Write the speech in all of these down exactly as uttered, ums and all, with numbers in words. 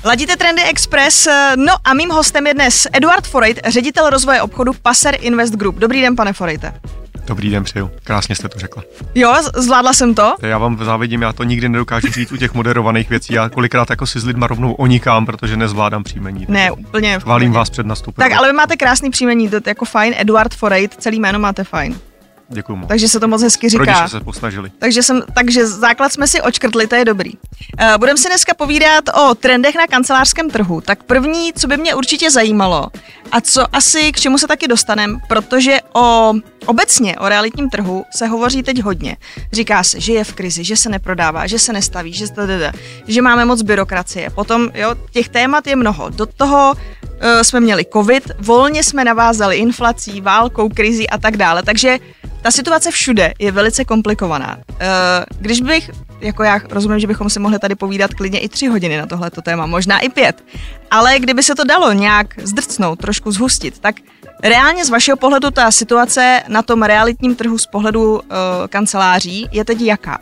Ladíte Trendy Express, no a mým hostem je dnes Eduard Forejt, ředitel rozvoje obchodu Passer Invest Group. Dobrý den, pane Forejte. Dobrý den, přeju. Krásně jste to řekla. Jo, zvládla jsem to? Já vám závidím, já to nikdy nedokážu říct u těch moderovaných věcí. Já kolikrát jako si s lidma rovnou onikám, protože nezvládám příjmení. Ne, úplně. Chválím vás před nastupem. Tak, ale vy máte krásný příjmení, to je jako fajn, Eduard Forejt, celý jméno máte fajn. Děkuju moc. Takže se to moc hezky říká. Rodiče se posnažili. Takže, jsem, takže základ jsme si očkrtli, to je dobrý. Uh, Budeme si dneska povídat o trendech na kancelářském trhu. Tak první, co by mě určitě zajímalo, a co asi k čemu se taky dostaneme, protože o obecně o realitním trhu se hovoří teď hodně. Říká se, že je v krizi, že se neprodává, že se nestaví, že, že máme moc byrokracie. Potom jo, těch témat je mnoho. Do toho uh, jsme měli covid, volně jsme navázali inflací, válkou, krizi a tak dále. Takže ta situace všude je velice komplikovaná. Když bych, jako já rozumím, že bychom si mohli tady povídat klidně i tři hodiny na tohleto téma, možná i pět, ale kdyby se to dalo nějak zdrcnout, trošku zhustit, tak reálně z vašeho pohledu ta situace na tom realitním trhu z pohledu uh, kanceláří je teď jaká?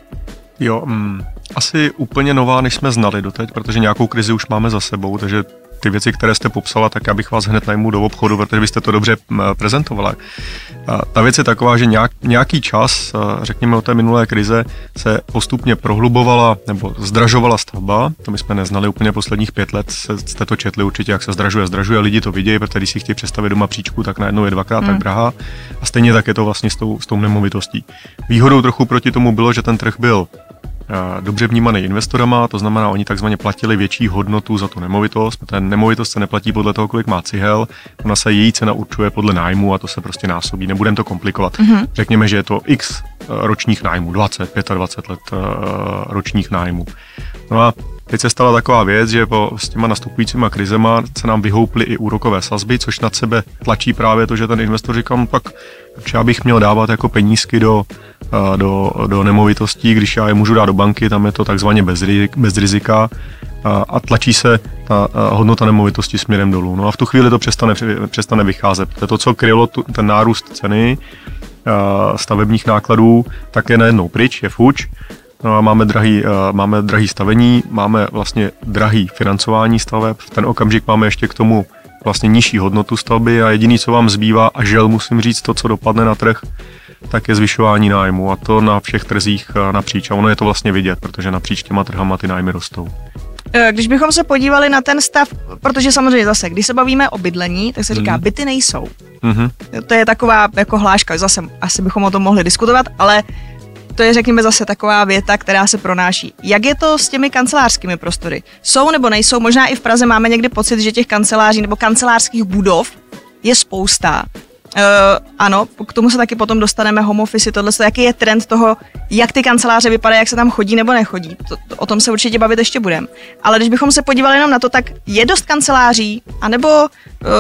Jo, mm, asi úplně nová, než jsme znali doteď, protože nějakou krizi už máme za sebou, takže ty věci, které jste popsala, tak já bych vás hned najmu do obchodu, protože byste to dobře prezentovala. Ta věc je taková, že nějak, nějaký čas, řekněme o té minulé krize, se postupně prohlubovala nebo zdražovala stavba. To my jsme neznali úplně posledních pět let, jste to četli určitě, jak se zdražuje, zdražuje, lidi to vidějí, protože když si chtějí představit doma příčku, tak najednou je dvakrát hmm. tak drahá. A stejně tak je to vlastně s tou, s tou nemovitostí. Výhodou trochu proti tomu bylo, že ten trh byl dobře vnímaný investorama, to znamená, oni takzvaně platili větší hodnotu za tu nemovitost. Ten nemovitost se neplatí podle toho, kolik má cihel, ona se její cena určuje podle nájmu a to se prostě násobí. Nebudeme to komplikovat. Mm-hmm. Řekněme, že je to x ročních nájmů, dvacet, dvacet pět let ročních nájmů. No a teď se stala taková věc, že po, s těma nastupujícíma krizema se nám vyhouply i úrokové sazby, což nad sebe tlačí právě to, že ten investor říká, no tak já bych měl dávat jako penízky do, do, do nemovitostí, když já je můžu dát do banky, tam je to takzvaně bez, bez rizika a, a tlačí se ta hodnota nemovitosti směrem dolů. No a v tu chvíli to přestane, přestane vycházet. To je to, co krylo tu, ten nárůst ceny stavebních nákladů, tak je najednou pryč, je fuč. No a máme drahý, máme drahý stavení, máme vlastně drahý financování staveb. V ten okamžik máme ještě k tomu vlastně nižší hodnotu stavby a jediný, co vám zbývá, a žel musím říct, to, co dopadne na trh, tak je zvyšování nájmu a to na všech trzích napříč. A ono je to vlastně vidět, protože napříč těma trhama ty nájmy rostou. Když bychom se podívali na ten stav, protože samozřejmě zase, když se bavíme o bydlení, tak se říká, mm. byty nejsou. Mm-hmm. To je taková jako hláška, zase asi bychom o tom mohli diskutovat, ale to je, řekněme, zase taková věta, která se pronáší. Jak je to s těmi kancelářskými prostory? Jsou nebo nejsou? Možná i v Praze máme někdy pocit, že těch kanceláří nebo kancelářských budov je spousta. Uh, ano, k tomu se taky potom dostaneme, home office, tohle, jaký je trend toho, jak ty kanceláře vypadají, jak se tam chodí nebo nechodí. To, to, o tom se určitě bavit ještě budeme. Ale když bychom se podívali jenom na to, tak je dost kanceláří, anebo uh,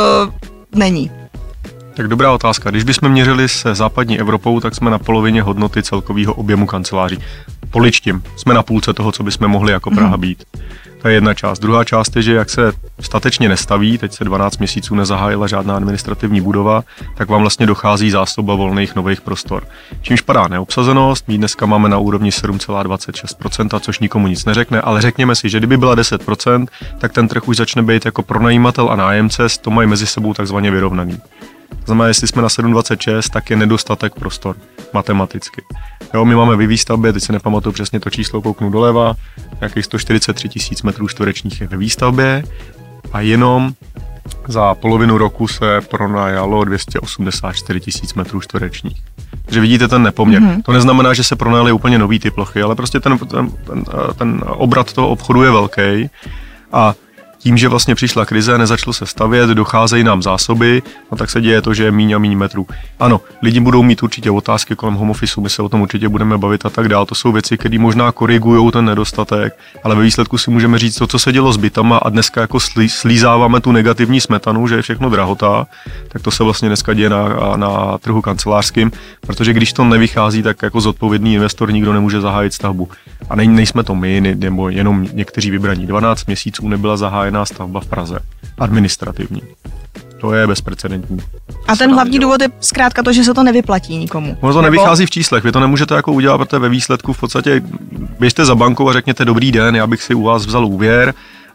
není? Tak dobrá otázka. Když bychom měřili se západní Evropou, tak jsme na polovině hodnoty celkového objemu kanceláří. Poličtím. Jsme na půlce toho, co bychom mohli jako Praha být. To je jedna část. Druhá část je, že jak se statečně nestaví, teď se dvanáct měsíců nezahájila žádná administrativní budova, tak vám vlastně dochází zásoba volných nových prostor. Čímž padá neobsazenost, my dneska máme na úrovni sedm celá dvacet šest procent, což nikomu nic neřekne, ale řekněme si, že kdyby byla deset procent, tak ten trh už začne být jako pronajímatel a nájemce, to mají mezi sebou takzvaně vyrovnaný. To znamená, jestli jsme na sedm celá dvacet šest, tak je nedostatek prostor, matematicky. Jo, my máme ve výstavbě, teď se nepamatuju přesně to číslo, kouknu doleva, nějakých sto čtyřicet tři tisíc metrů čtverečních je ve výstavbě a jenom za polovinu roku se pronajalo dvě stě osmdesát čtyři tisíc metrů čtverečních. Takže vidíte ten nepoměr. Mm-hmm. To neznamená, že se pronajaly úplně nový ty plochy, ale prostě ten, ten, ten, ten obrat toho obchodu je velký a tím, že vlastně přišla krize, nezačalo se stavět, docházejí nám zásoby, no tak se děje to, že je míň a míň metrů. Ano, lidi budou mít určitě otázky kolem home officeu, my se o tom určitě budeme bavit a tak dál. To jsou věci, které možná korigují ten nedostatek, ale ve výsledku si můžeme říct to, co se dělo s bytama a dneska jako slí, slízáváme tu negativní smetanu, že je všechno drahota, tak to se vlastně dneska děje na, na trhu kancelářským, protože když to nevychází, tak jako zodpovědný investor nikdo nemůže zahájit stavbu. A nej, nejsme to my, ne, nebo jenom někteří vybraní. dvanáct měsíců nebyla zahájená stavba v Praze. Administrativní. To je bezprecedentní. A ten hlavní důvod je zkrátka to, že se to nevyplatí nikomu. Ono to nebo... nevychází v číslech, vy to nemůžete jako udělat, protože ve výsledku v podstatě běžte za bankou a řekněte dobrý den, já bych si u vás vzal úvěr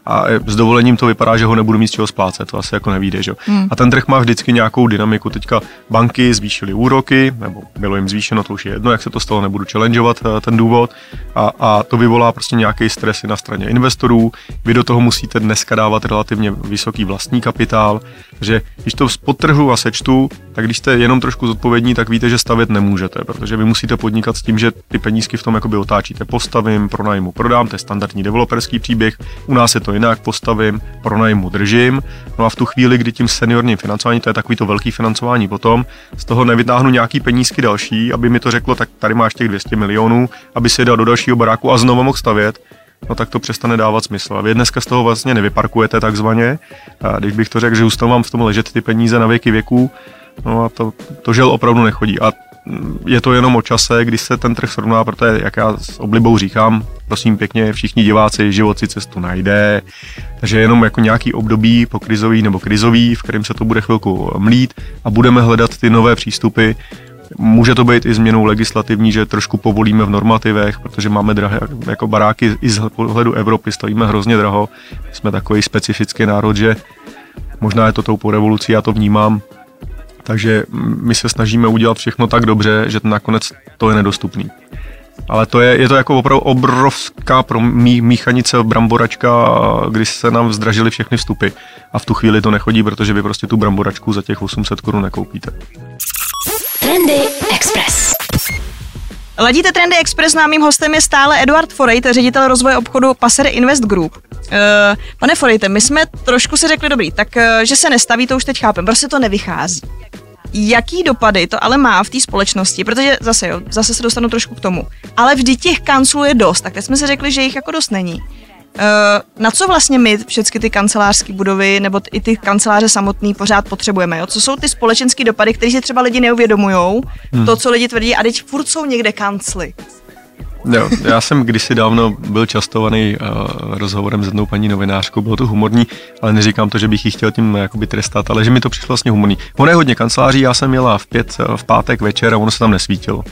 a s dovolením to vypadá, že ho nebudu mít z čeho splácet, to asi jako nevíde, že? Hmm. A ten trh má vždycky nějakou dynamiku. Teďka banky zvýšily úroky, nebo bylo jim zvýšeno, to už je jedno, jak se to stalo, nebudu challengeovat ten důvod a, a to vyvolá prostě nějaký stres i na straně investorů. Vy do toho musíte dneska dávat relativně vysoký vlastní kapitál, takže když to podtrhu a sečtu, tak když jste jenom trošku zodpovědní, tak víte, že stavět nemůžete, protože vy musíte podnikat s tím, že ty penízky v tom jakoby otáčíte. Postavím, pronajmu, prodám, to je standardní developerský příběh. U nás je to jinak, postavím, pronajmu, držím. No a v tu chvíli, kdy tím seniorním financování, to je takový to velký financování potom, z toho nevytáhnu nějaký penízky další, aby mi to řeklo, tak tady máš těch dvě stě milionů, aby si je dal do dalšího baráku a znovu mohl stavět. No tak to přestane dávat smysl. A vy dneska z toho vlastně nevyparkujete takzvaně. A když bych to řekl, že zůstanou vám v tom ležet ty peníze na věky věků, no a to, to žel opravdu nechodí. A je to jenom o čase, když se ten trh srovná, protože jak já s oblibou říkám, prosím pěkně, všichni diváci, život si cestu najde, takže jenom jako nějaký období pokrizový nebo krizový, v kterém se to bude chvilku mlít a budeme hledat ty nové přístupy. Může to být i změnou legislativní, že trošku povolíme v normativech, protože máme drahé jako baráky i z pohledu Evropy, stojíme hrozně draho. Jsme takový specifický národ, že možná je to tou po revoluci, já to vnímám. Takže my se snažíme udělat všechno tak dobře, že nakonec to je nedostupný. Ale to je, je to jako opravdu obrovská promí, míchanice, bramboračka, kdy se nám zdražily všechny vstupy. A v tu chvíli to nechodí, protože vy prostě tu bramboračku za těch osm set korun nekoupíte. Trendy Express. Ladíte Trendy Express, námým hostem je stále Eduard Forejt, ředitel rozvoje obchodu Passer Invest Group. Uh, pane Forejte, my jsme trošku si řekli, dobrý, tak uh, že se nestaví, to už teď chápem, prostě to nevychází. Jaký dopady to ale má v té společnosti, protože zase jo, zase se dostanu trošku k tomu, ale vždyť těch kanclů je dost, tak teď jsme si řekli, že jich jako dost není. Uh, na co vlastně my všechny ty kancelářské budovy nebo t- i ty kanceláře samotný pořád potřebujeme, jo? Co jsou ty společenské dopady, které si třeba lidi neuvědomujou, hmm. to, co lidi tvrdí, a teď furt jsou někde kancly. Jo, já jsem kdysi dávno byl častovaný uh, rozhovorem s jednou paní novinářkou, bylo to humorní, ale neříkám to, že bych ji chtěl tím jakoby trestat, ale že mi to přišlo vlastně humorní. Ono je hodně kanceláří, já jsem jela v pět v pátek večer a ono se tam nesvítilo.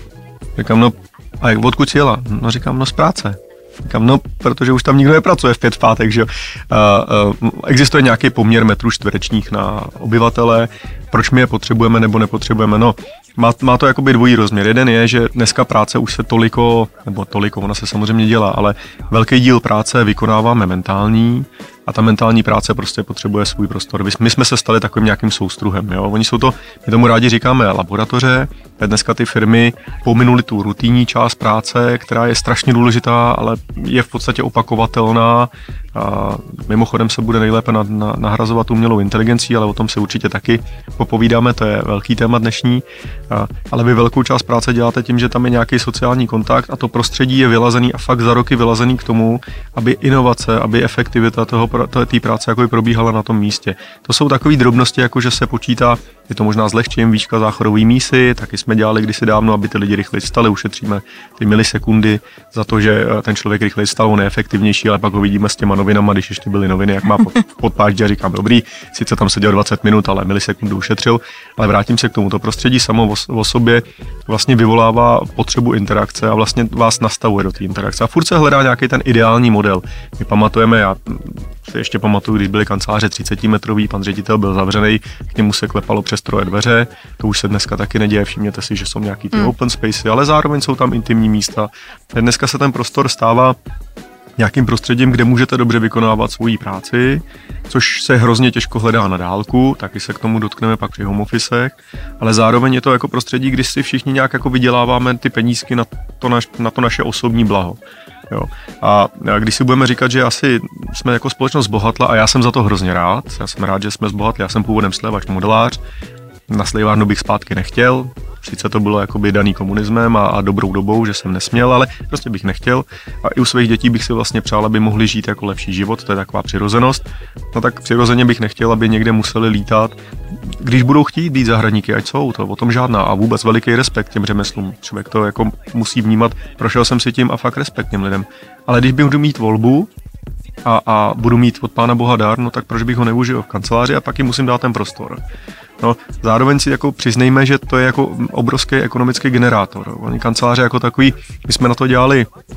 Říkám, no a jak, odkud jsi jela? No říkám, no z práce. Říkám, no, protože už tam nikdo nepracuje v pět v pátek, že jo. Uh, uh, existuje nějaký poměr metrů čtverečních na obyvatele, proč my je potřebujeme nebo nepotřebujeme, no. Má, má to jakoby dvojí rozměr. Jeden je, že dneska práce už se toliko, nebo toliko, ona se samozřejmě dělá, ale velký díl práce vykonáváme mentální a ta mentální práce prostě potřebuje svůj prostor. My jsme se stali takovým nějakým soustruhem, jo. Oni jsou to, my tomu rádi říkáme laboratoře, dneska ty firmy pominuli tu rutinní část práce, která je strašně důležitá, ale je v podstatě opakovatelná. A mimochodem se bude nejlépe na, na, nahrazovat umělou inteligencí, ale o tom se určitě taky popovídáme, to je velký téma dnešní. A, ale vy velkou část práce děláte tím, že tam je nějaký sociální kontakt a to prostředí je vylazený a fakt za roky vylazený k tomu, aby inovace, aby efektivita toho, té práce jako probíhala na tom místě. To jsou takové drobnosti, jako že se počítá, je to možná zlehčím, výška záchodové mísy, taky jsme dělali kdysi dávno, aby ty lidi rychleji vstali, ušetříme ty milisekundy za to, že ten člověk rychleji vstal, on je efektivnější, ale pak ho vidíme s těma novinama, když ještě byly noviny, jak má podpáždě a říkám, dobrý, sice tam seděl dvacet minut, ale milisekundu ušetřil, ale vrátím se k tomu. To prostředí samo o sobě vlastně vyvolává potřebu interakce a vlastně vás nastavuje do té interakce. A furt se hledá nějaký ten ideální model. My pamatujeme, já si ještě pamatuju, když byly kanceláře třicetimetrový, pan ředitel byl zavřený, k němu se klepalo přes troje dveře, to už se dneska taky neděje, všimněte si, že jsou nějaký ty hmm. open spacey, ale zároveň jsou tam intimní místa. Dneska se ten prostor stává nějakým prostředím, kde můžete dobře vykonávat svoji práci, což se hrozně těžko hledá na dálku, taky se k tomu dotkneme pak při home officech, ale zároveň je to jako prostředí, kdy si všichni nějak jako vyděláváme ty penízky na to, naš, na to naše osobní blaho. Jo. A když si budeme říkat, že asi jsme jako společnost zbohatla a já jsem za to hrozně rád, já jsem rád, že jsme zbohatli, já jsem původem slévač modelář, na slejvárnu bych zpátky nechtěl, sice to bylo jakoby daný komunismem a, a dobrou dobou, že jsem nesměl, ale prostě bych nechtěl a i u svých dětí bych si vlastně přál, aby mohli žít jako lepší život, to je taková přirozenost, no tak přirozeně bych nechtěl, aby někde museli lítat, když budou chtít být zahradníky, ať jsou, to o tom žádná a vůbec veliký respekt těm řemeslům, člověk to jako musí vnímat, prošel jsem si tím a fakt respekt těm lidem, ale když bych budu mít volbu a, a budu mít od Pána Boha dar, no tak proč bych ho neužil v kanceláři a pak jim musím dát ten prostor. No, zároveň si jako přiznejme, že to je jako obrovský ekonomický generátor. Oni kanceláře jako takový, my jsme na to dělali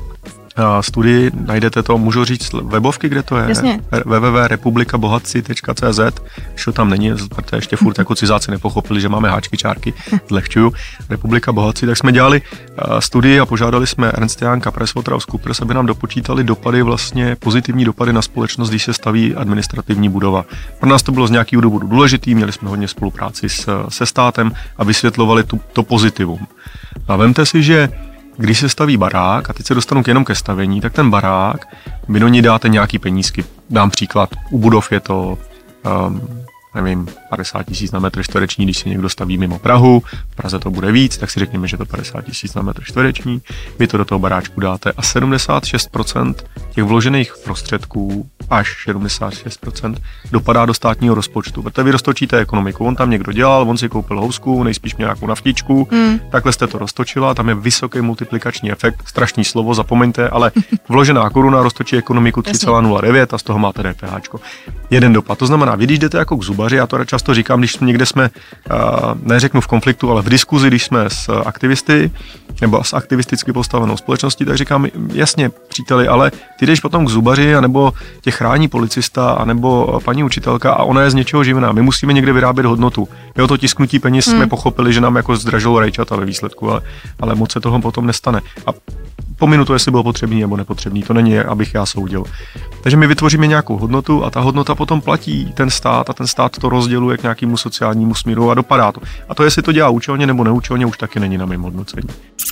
studii, najdete to, můžu říct webovky, kde to je? Jasně. w w w tečka republika bohatci tečka c z, když to tam není, protože ještě furt jako cizáci nepochopili, že máme háčky, čárky, zlehčuju, Republika bohatci, tak jsme dělali studii a požádali jsme Ernst Young a PricewaterhouseCoopers, aby nám dopočítali dopady, vlastně pozitivní dopady na společnost, když se staví administrativní budova. Pro nás to bylo z nějakého důvodu důležitý, měli jsme hodně spolupráci s, se státem a vysvětlovali tu, to pozitivum. A vemte si, že když se staví barák, a teď se dostanu k jenom ke stavení, tak ten barák, vy do ní dáte nějaký penízky. Dám příklad, u budov je to, um, nevím, padesát tisíc na metr čtvereční, když si někdo staví mimo Prahu, v Praze to bude víc, tak si řekněme, že to padesát tisíc na metr čtvereční, vy to do toho baráčku dáte a sedmdesát šest procent těch vložených prostředků, až sedmdesát šest procent dopadá do státního rozpočtu, protože vy roztočíte ekonomiku, on tam někdo dělal, on si koupil housku, nejspíš měl nějakou naftičku, hmm. takhle jste to roztočila, tam je vysoký multiplikační efekt, strašný slovo, zapomeňte, ale vložená koruna roztočí ekonomiku tři celá nula devět a z toho máte DPHčko. Jeden dopad, to znamená, vy když jdete jako k zubaři, já to často říkám, když někde jsme, neřeknu v konfliktu, ale v diskuzi, když jsme s aktivisty, nebo s aktivisticky postavenou společností, tak říkám, jasně, příteli, ale ty jdeš potom k zubaři, anebo tě chrání policista, anebo paní učitelka a ona je z něčeho živná. My musíme někde vyrábět hodnotu. Jo, to tisknutí peněz hmm. jsme pochopili, že nám jako zdražilo rajčata ve výsledku, ale, ale moc se toho potom nestane. A pominu to, jestli bylo potřebný nebo nepotřebný, to není, abych já soudil. Takže my vytvoříme nějakou hodnotu a ta hodnota potom platí ten stát a ten stát to rozděluje k nějakému sociálnímu smíru a dopadá to. A to, jestli to dělá účelně nebo neúčelně, už taky není na mém hodnocení.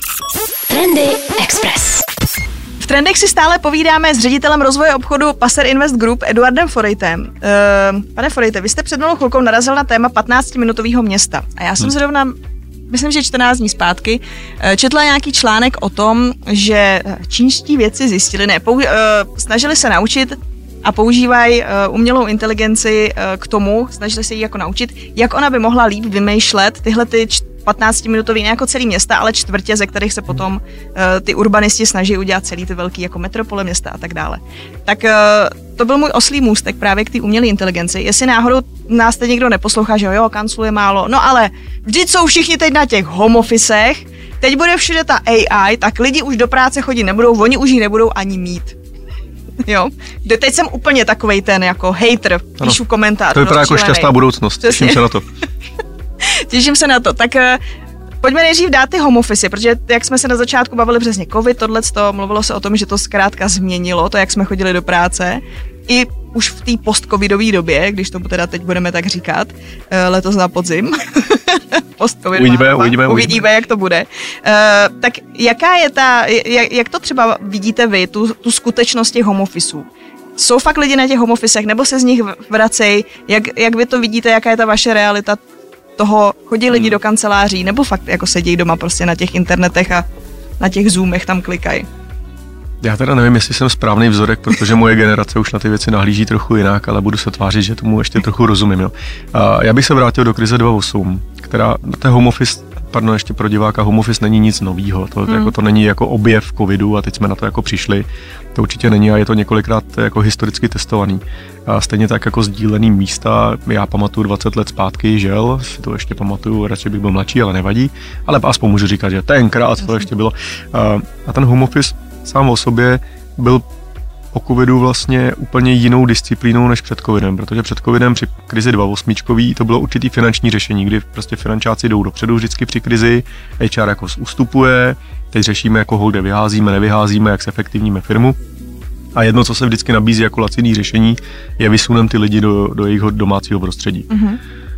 Trendy Express. V Trendech si stále povídáme s ředitelem rozvoje obchodu Passer Invest Group Eduardem Forejtem. Uh, pane Forejte, vy jste před malou chvilkou narazil na téma patnáctiminutového města. A já jsem hmm. zrovna, myslím, že čtrnáct dní zpátky, četla nějaký článek o tom, že čínští vědci zjistili, ne, pou, uh, snažili se naučit a používají uh, umělou inteligenci uh, k tomu, snažili se jí jako naučit, jak ona by mohla líp vymýšlet tyhle ty patnáctiminutový, ne jako celý města, ale čtvrtě, ze kterých se potom uh, ty urbanisti snaží udělat celý ty velký jako metropole města a tak dále. Tak uh, to byl můj oslý můstek právě k té umělé inteligenci. Jestli náhodou nás teď někdo neposlouchá, že jo, jo, kanclu je málo, no ale vždyť jsou všichni teď na těch home officech, teď bude všude ta A I, tak lidi už do práce chodit nebudou, oni už ji nebudou ani mít. Jo, kde teď jsem úplně takovej ten jako hater, píšu komentář. To vypadá jako šťastná budoucnost, těším se na to. Těším se na to. Tak uh, pojďme nejdřív dát ty home office, protože jak jsme se na začátku bavili přesně covid, tohleto, mluvilo se o tom, že to zkrátka změnilo, to, jak jsme chodili do práce. I už v té post-covidové době, když to teda teď budeme tak říkat, uh, letos na podzim. Post-covid uvidíme, mapa, uvidíme, uvidíme, jak to bude. Uh, tak jaká je ta, jak, jak to třeba vidíte vy, tu, tu skutečnost těch home officeů? Jsou fakt lidi na těch home officech, nebo se z nich vracejí? Jak, jak vy to vidíte, jaká je ta vaše realita toho, chodí lidi do kanceláří, nebo fakt jako sedí doma prostě na těch internetech a na těch zoomech tam klikají? Já teda nevím, jestli jsem správný vzorek, protože moje generace už na ty věci nahlíží trochu jinak, ale budu se tvářit, že tomu ještě trochu rozumím. Jo. A já bych se vrátil do krize dva tisíce osm, která na té home office, pardon, ještě pro diváka, home office není nic novýho. To, hmm. jako, to není jako objev covidu a teď jsme na to jako přišli. To určitě není a je to několikrát jako historicky testovaný. A stejně tak jako sdílený místa, já pamatuju dvacet let zpátky, žel, si to ještě pamatuju, radši bych byl mladší, ale nevadí, ale aspoň můžu říkat, že tenkrát to ještě bylo. A, a ten home office sám o sobě byl po covidu vlastně úplně jinou disciplínou než před covidem, protože před covidem při krizi dva tisíce osm to bylo určitý finanční řešení, kdy prostě finančáci jdou dopředu vždycky při krizi, H R jako ustupuje, teď řešíme jako hold, kde vyházíme, nevyházíme, jak zefektivníme firmu. A jedno, co se vždycky nabízí jako laciný řešení, je vysunem ty lidi do, do jejich domácího prostředí. Mm-hmm.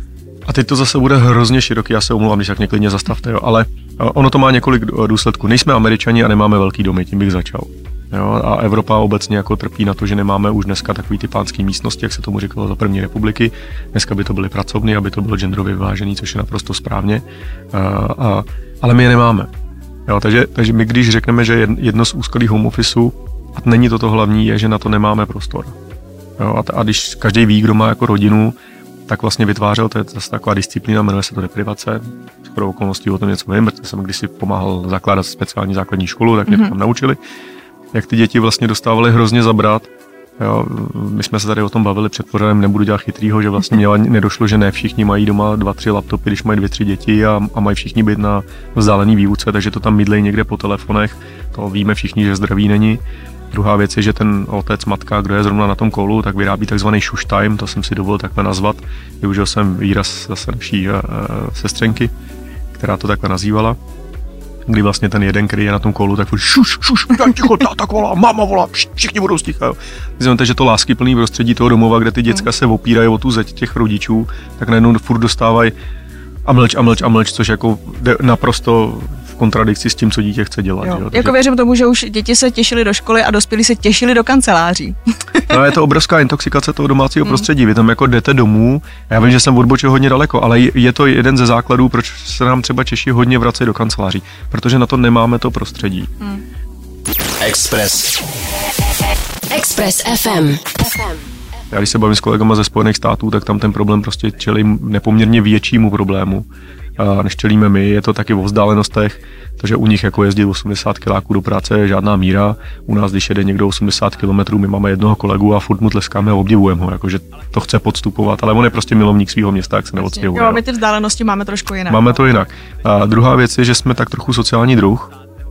A teď to zase bude hrozně široký, já se omlouvám, když tak mě klidně zastavte, jo, ale ono to má několik důsledků. Nejsme Američani a nemáme velký domy, tím bych začal. Jo, a Evropa obecně jako trpí na to, že nemáme už dneska takový ty pánský místnosti, jak se tomu říkalo za první republiky. Dneska by to byly pracovny, aby to bylo genderově vyvážený, což je naprosto správně. A, a, ale my je nemáme. Jo, takže, takže my když řekneme, že jedno z úskalí home officeu, a není to to hlavní, je, že na to nemáme prostor. Jo, a, t- a když každý ví, kdo má jako rodinu, tak vlastně vytvářel, to je zase taková disciplína, jmenuje se to deprivace. Skoro okolností o tom něco vím, protože jsem kdysi pomáhal zakládat speciální základní školu, tak mě to tam naučili, jak ty děti vlastně dostávaly hrozně zabrat Jo, my jsme se tady o tom bavili před pořadem, nebudu dělat chytrýho, že vlastně mě nedošlo, že ne všichni mají doma dva, tři laptopy, když mají dvě, tři děti a, a mají všichni být na vzdálený výuce, takže to tam mydlej někde po telefonech, to víme všichni, že zdraví není. Druhá věc je, že ten otec, matka, kdo je zrovna na tom kolu, tak vyrábí takzvaný shush time, to jsem si dovolil takhle nazvat. Využil jsem výraz zase naší uh, sestřenky, která to takhle nazývala, kdy vlastně ten jeden, který je na tom kolu, tak šuš, šuš, ticho, táta volá, máma volá, všichni budou sticha. Znamená, že to láskyplný prostředí toho domova, kde ty děcka se opírají o tu zeď těch rodičů, tak najednou furt dostávají a mlč a mlč a mlč, což jako naprosto v kontradikci s tím, co dítě chce dělat. Jo. Jo. Jako věřím tomu, že už děti se těšily do školy a dospělí se těšili do kanceláří. No, je to obrovská intoxikace toho domácího prostředí. Vy tam jako jdete domů, já vím, že jsem odbočil hodně daleko, ale je to jeden ze základů, proč se nám třeba Češi hodně vracejí do kanceláří, protože na to nemáme to prostředí. Hmm. Express. Express F M. Já když se bavím s kolegama ze Spojených států, tak tam ten problém prostě čelí nepoměrně většímu problému, než čelíme my. Je to taky o vzdálenostech, takže u nich jako jezdit osmdesát kiláků do práce je žádná míra. U nás, když jede někdo osmdesát kilometrů, my máme jednoho kolegu a furt mu tleskáme a obdivujeme ho, jakože to chce podstupovat, ale on je prostě milovník svého města, jak se neodstěhuje. Jo, my ty vzdálenosti máme trošku jinak. Máme to jinak. A druhá věc je, že jsme tak trochu sociální druh.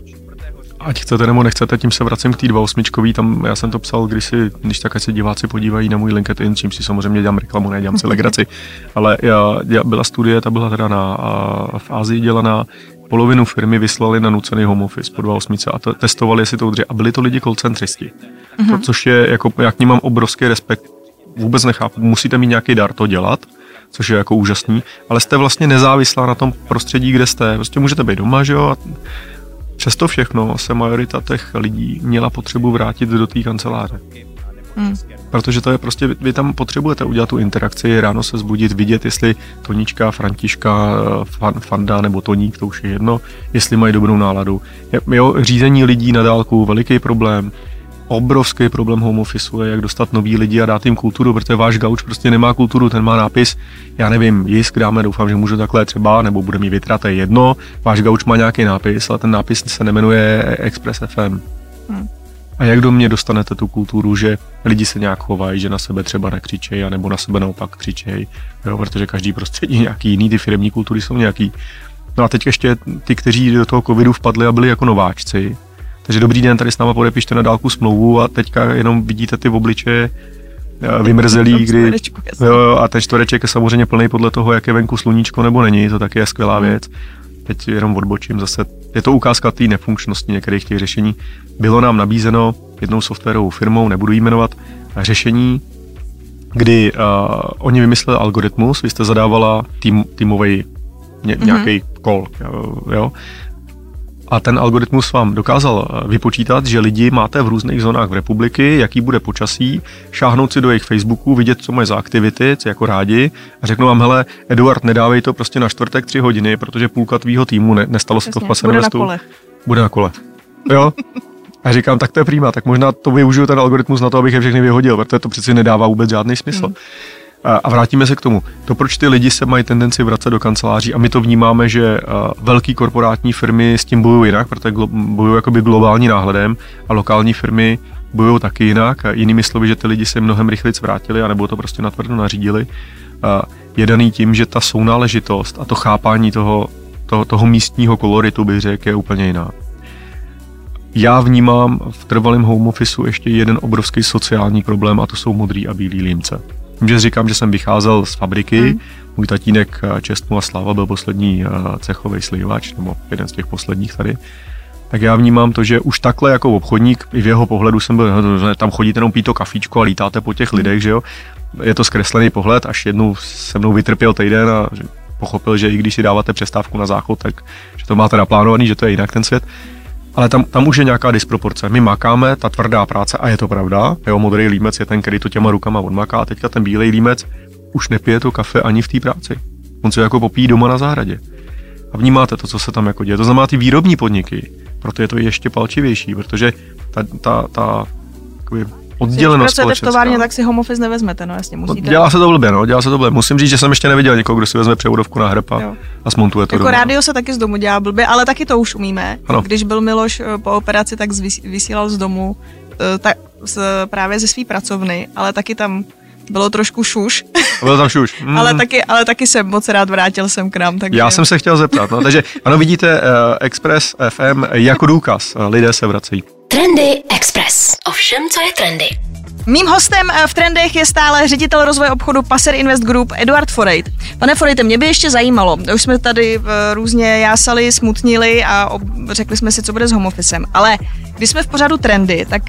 Ať chcete nebo nechcete, tím se vracím k té dvaosmičkový, tam já jsem to psal kdysi, když tak ať se diváci podívají na můj LinkedIn, čím si samozřejmě dělám reklamu, nedělám si legraci, ale já, já, byla studie, ta byla teda na, a, v Ázii dělaná, polovinu firmy vyslali na nucený home office po dvaosmičce a to, testovali, jestli to udrží a byli to lidi callcentristi, mm-hmm. to, což je, jako, já k ním mám obrovský respekt, vůbec nechápu, musíte mít nějaký dar to dělat, což je jako úžasný, ale jste vlastně nezávislá na tom prostředí, kde jste, prostě můžete být doma, že jo, a přesto všechno se majorita těch lidí měla potřebu vrátit do té kanceláře. Hmm. Protože to je prostě, vy tam potřebujete udělat tu interakci, ráno se zbudit, vidět, jestli Tonička, Františka, fan, Fanda nebo Toník, to už je jedno, jestli mají dobrou náladu. Jo, řízení lidí na dálku, veliký problém. Obrovský problém home officeu je, jak dostat nový lidi a dát jim kulturu, protože váš gauč prostě nemá kulturu, ten má nápis, já nevím, jisk dáme, doufám, že můžu takhle třeba, nebo bude mi větra, to je jedno, váš gauč má nějaký nápis, ale ten nápis se nemenuje Express F M. Hmm. A jak do mě dostanete tu kulturu, že lidi se nějak chovají, že na sebe třeba nekřičejí, anebo na sebe naopak křičejí, jo, protože každý prostředí nějaký jiný, ty firemní kultury jsou nějaký. No a teď ještě ty, kteří do toho covidu vpadli a byli jako nováčci. Takže dobrý den, tady s náma podepište na dálku smlouvu a teďka jenom vidíte ty obličeje vymrzelý, kdy jo, a ten čtvereček je samozřejmě plný podle toho, jak je venku sluníčko nebo není, to taky je skvělá věc. Teď jenom odbočím zase, je to ukázka té nefunkčnosti některých těch řešení. Bylo nám nabízeno jednou softwarovou firmou, nebudu jí jmenovat, řešení, kdy uh, oni vymysleli algoritmus, vy jste zadávala tým, týmový ně, mm-hmm. nějaký call, jo, a ten algoritmus vám dokázal vypočítat, že lidi máte v různých zónách v republiky, jaký bude počasí, šáhnout si do jejich Facebooku, vidět, co mají za aktivity, co jako rádi, a řeknu vám, hele, Eduard, nedávej to prostě na čtvrtek tři hodiny, protože půlka tvýho týmu, ne, nestalo se to v Pase Investu. Bude na kole. Bude na kole. Jo? A říkám, tak to je prima, tak možná to využiju ten algoritmus na to, abych je všechny vyhodil, protože to přeci nedává vůbec žádný smysl. Hmm. A vrátíme se k tomu. To, proč ty lidi se mají tendenci vracet do kanceláří a my to vnímáme, že velký korporátní firmy s tím bojují jinak, protože bojují jakoby globální náhledem a lokální firmy bojují taky jinak. Jinými slovy, že ty lidi se mnohem rychleji vrátili a nebo to prostě natvrdo nařídili. Je daný tím, že ta sounáležitost a to chápání toho, toho, toho místního koloritu, bych řekl, je úplně jiná. Já vnímám v trvalém home officeu ještě jeden obrovský sociální problém a to jsou modrý a bílý límce. Tím, že říkám, že jsem vycházel z fabriky, hmm. můj tatínek, čest mu a sláva, byl poslední cechový slivovač, nebo jeden z těch posledních tady, tak já vnímám to, že už takhle jako obchodník, i v jeho pohledu jsem byl, tam chodíte jenom pít to kafíčko a lítáte po těch lidech, že jo, je to zkreslený pohled, až jednou se mnou vytrpěl týden a pochopil, že i když si dáváte přestávku na záchod, tak že to máte naplánovaný, že to je jinak ten svět. Ale tam, tam už je nějaká disproporce. My makáme, ta tvrdá práce, a je to pravda, jo, modrý límec je ten, který to těma rukama odmaká, a teďka ten bílej límec už nepije to kafe ani v té práci. On se jako popíjí doma na zahradě. A vnímáte to, co se tam jako děje. To znamená ty výrobní podniky, proto je to ještě palčivější, protože ta, ta, ta oddělenost společenská. Když v továrně, tak si home office nevezmete, no jasně, musíte. Dělá se to blbě, no, dělá se to blbě. Musím říct, že jsem ještě neviděl někoho, kdo si vezme převodovku na hrb a, a smontuje to jako doma. rádio se taky z domu dělá blbě, ale taky to už umíme. Ano. Když byl Miloš po operaci, tak vysílal z domu, tak z, právě ze své pracovny, ale taky tam bylo trošku šuš. Byl tam šuš. Mm. ale, taky, ale taky jsem moc rád vrátil jsem k nám. Takže... Já jsem se chtěl zeptat. No, takže ano, vidíte uh, Express F M jako důkaz. Lidé se vracejí. Trendy Express. Ovšem, co je trendy? Mým hostem v Trendech je stále ředitel rozvoje obchodu Passer Invest Group Eduard Forejt. Pane Forejte, mě by ještě zajímalo, už jsme tady různě jásali, smutnili a řekli jsme si, co bude s home officem, ale když jsme v pořadu Trendy, tak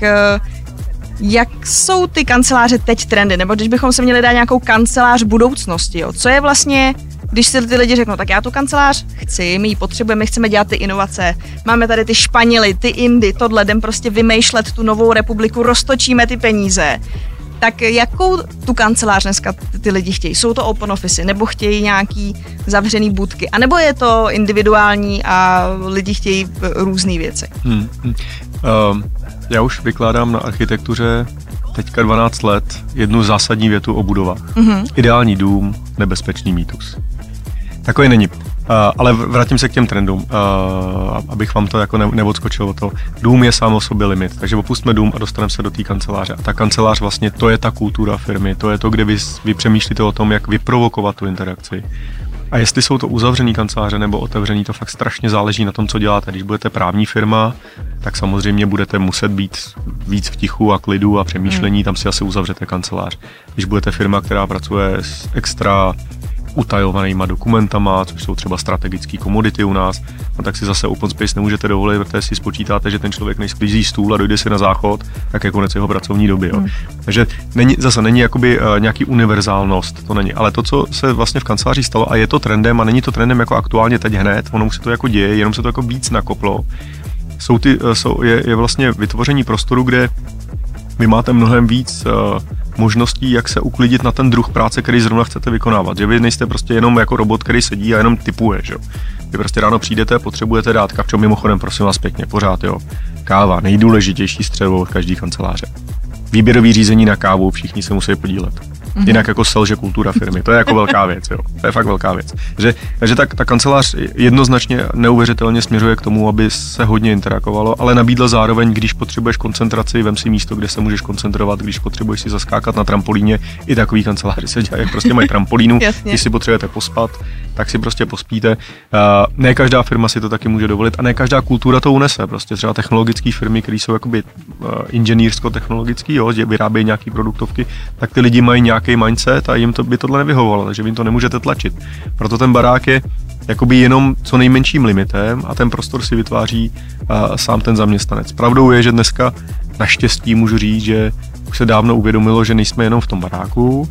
jak jsou ty kanceláře teď trendy, nebo když bychom se měli dát nějakou kancelář budoucnosti, jo? Co je vlastně, když si ty lidi řeknou, tak já tu kancelář chci, my ji potřebujeme, my chceme dělat ty inovace, máme tady ty Španěly, ty Indy, tohle, jdem prostě vymýšlet tu novou republiku, roztočíme ty peníze. Tak jakou tu kancelář dneska ty lidi chtějí? Jsou to open office, nebo chtějí nějaký zavřený budky, anebo je to individuální a lidi chtějí různé věci? Hmm, hmm. Um, já už vykládám na architektuře teďka dvanáct let jednu zásadní větu o budovách. Mm-hmm. Ideální dům, nebezpečný mýtus. Takový není. Uh, ale vrátím se k těm trendům, uh, abych vám to jako ne- neodskočil. To. Dům je sám o sobě limit, takže opustíme dům a dostaneme se do té kanceláře. A ta kancelář vlastně, to je ta kultura firmy, to je to, kde vy, vy přemýšlíte o tom, jak vyprovokovat tu interakci. A jestli jsou to uzavřený kanceláře nebo otevřený, to fakt strašně záleží na tom, co děláte. Když budete právní firma, tak samozřejmě budete muset být víc v tichu a klidu a přemýšlení, tam si asi uzavřete kancelář. Když budete firma, která pracuje s extra utajovanýma dokumentama, což jsou třeba strategické komodity u nás, no tak si zase open space nemůžete dovolit, protože si spočítáte, že ten člověk než sklízí stůl a dojde si na záchod, tak je konec jeho pracovní doby. Jo. Hmm. Takže není, zase není jakoby uh, nějaký univerzálnost, to není. Ale to, co se vlastně v kanceláři stalo, a je to trendem, a není to trendem jako aktuálně teď hned, ono se to jako děje, jenom se to jako víc nakoplo, jsou ty, uh, jsou, je, je vlastně vytvoření prostoru, kde vy máte mnohem víc uh, možností, jak se uklidit na ten druh práce, který zrovna chcete vykonávat. Že vy nejste prostě jenom jako robot, který sedí a jenom tipuje, že jo. Vy prostě ráno přijdete, potřebujete dát kapčo, mimochodem, prosím vás pěkně, pořád, jo. Káva, nejdůležitější střevo od každý kanceláře. Výběrový řízení na kávu, všichni se musí podílet. Mm-hmm. Jinak jako selže kultura firmy, to je jako velká věc, jo. To je fakt velká věc. Takže, takže tak, ta kancelář jednoznačně neuvěřitelně směřuje k tomu, aby se hodně interakovalo, ale nabídla zároveň, když potřebuješ koncentraci, vem si místo, kde se můžeš koncentrovat, když potřebuješ si zaskákat na trampolíně, i takový kanceláři se dělají, prostě mají trampolínu, když si potřebujete pospat, tak si prostě pospíte. Uh, ne každá firma si to taky může dovolit a ne každá kultura to unese. Prostě třeba technologické firmy, které jsou jakoby uh, inženýrsko-technologický, jo, vyrábějí nějaký produktovky, tak ty lidi mají nějaký mindset a jim to by tohle nevyhovovalo, takže vy jim to nemůžete tlačit. Proto ten barák je jakoby jenom co nejmenším limitem a ten prostor si vytváří uh, sám ten zaměstnanec. Pravdou je, že dneska naštěstí můžu říct, že už se dávno uvědomilo, že nejsme jenom v tom baráku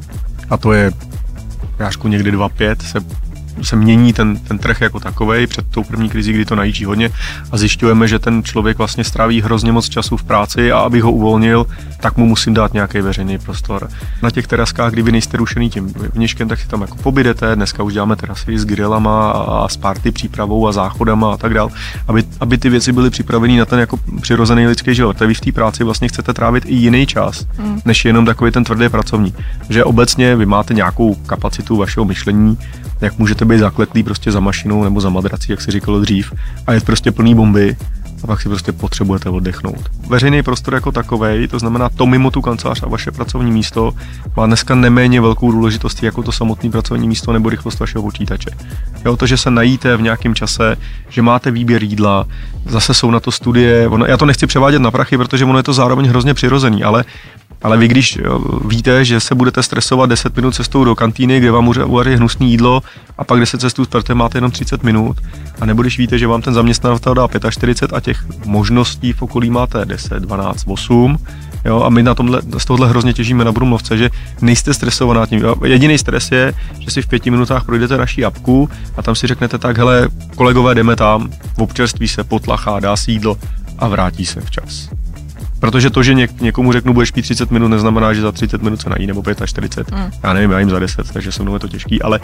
a to je jářku někdy dva pět se, se mění ten, ten trh jako takovej před tou první krizí, kdy to najíždí hodně a zjišťujeme, že ten člověk vlastně stráví hrozně moc času v práci a abych ho uvolnil, tak mu musím dát nějaký veřejný prostor. Na těch teraskách, kdyby nejste rušený tím vnějškem, tak si tam jako pobydete, dneska už děláme terasy s grillama a s party přípravou a záchodama a tak dál, aby, aby ty věci byly připravený na ten jako přirozený lidský život. Vy v té práci vlastně chcete trávit i jiný čas, mm. než jenom takový ten tvrdý pracovní. Že obecně vy máte nějakou kapacitu vašeho myšlení, jak můžete být zakletlý prostě za mašinou nebo za madrací, jak si říkalo dřív, a je prostě plný bomby a pak si prostě potřebujete oddechnout. Veřejný prostor jako takovej, to znamená to mimo tu kancelář a vaše pracovní místo, má dneska neméně velkou důležitost jako to samotné pracovní místo nebo rychlost vašeho počítače. Jo, to, že se najíte v nějakém čase, že máte výběr jídla, zase jsou na to studie, ono, já to nechci převádět na prachy, protože ono je to zároveň hrozně přirozený, ale Ale vy, když víte, že se budete stresovat deset minut cestou do kantýny, kde vám uvaří hnusné jídlo a pak deset cestů zpět máte jenom třicet minut, a nebo když víte, že vám ten zaměstnavatel dá čtyřicet pět a těch možností v okolí máte deset, dvanáct, osm, jo, a my na tomhle, z tohohle hrozně těžíme na Brumlovce, že nejste stresovaná tím. Jediný stres je, že si v pěti minutách projdete naší apku a tam si řeknete tak, hele, kolegové, jdeme tam, občerství se, potlachá, dá si jídlo a vrátí se včas. Protože to, že něk, někomu řeknu, budeš pít třicet minut, neznamená, že za třicet minut se nají, nebo čtyřicet pět. Mm. Já nevím, já jim za deset, takže se mnou je to těžký, ale,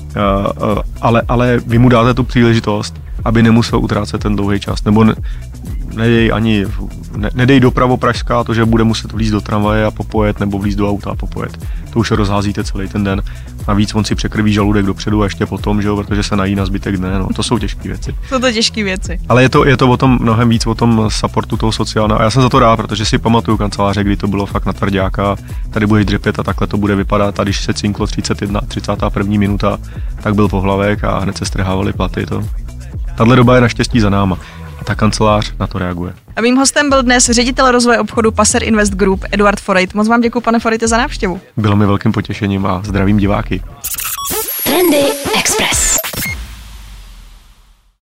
uh, uh, ale, ale vy mu dáte tu příležitost, aby nemusel utrácet ten dlouhý čas. Nebo ne, nedej ani, ne, nedej dopravo pražská, to, že bude muset vlízt do tramvaje a popojet, nebo vlízt do auta a popojet. To už rozházíte celý ten den. Navíc on si překrví žaludek dopředu a ještě potom, že jo, protože se nají na zbytek dne, no, to jsou těžké věci. Jsou to těžké věci. Ale je to, je to o tom mnohem víc o tom supportu toho sociálního. A já jsem za to rád, protože si pamatuju kanceláře, kdy to bylo fakt na tvrďáka, tady budeš dřepět a takhle to bude vypadat. A když se cinklo třicet jedna, třicátá první minuta, tak byl pohlavek a hned se strhávaly platy. To. Tahle doba je naštěstí za náma. A ta kancelář na to reaguje. A mým hostem byl dnes ředitel rozvoje obchodu Passer Invest Group Eduard Forejt. Moc vám děkuji, pane Forejte, za návštěvu. Bylo mi velkým potěšením a zdravím diváky. Trendy Express.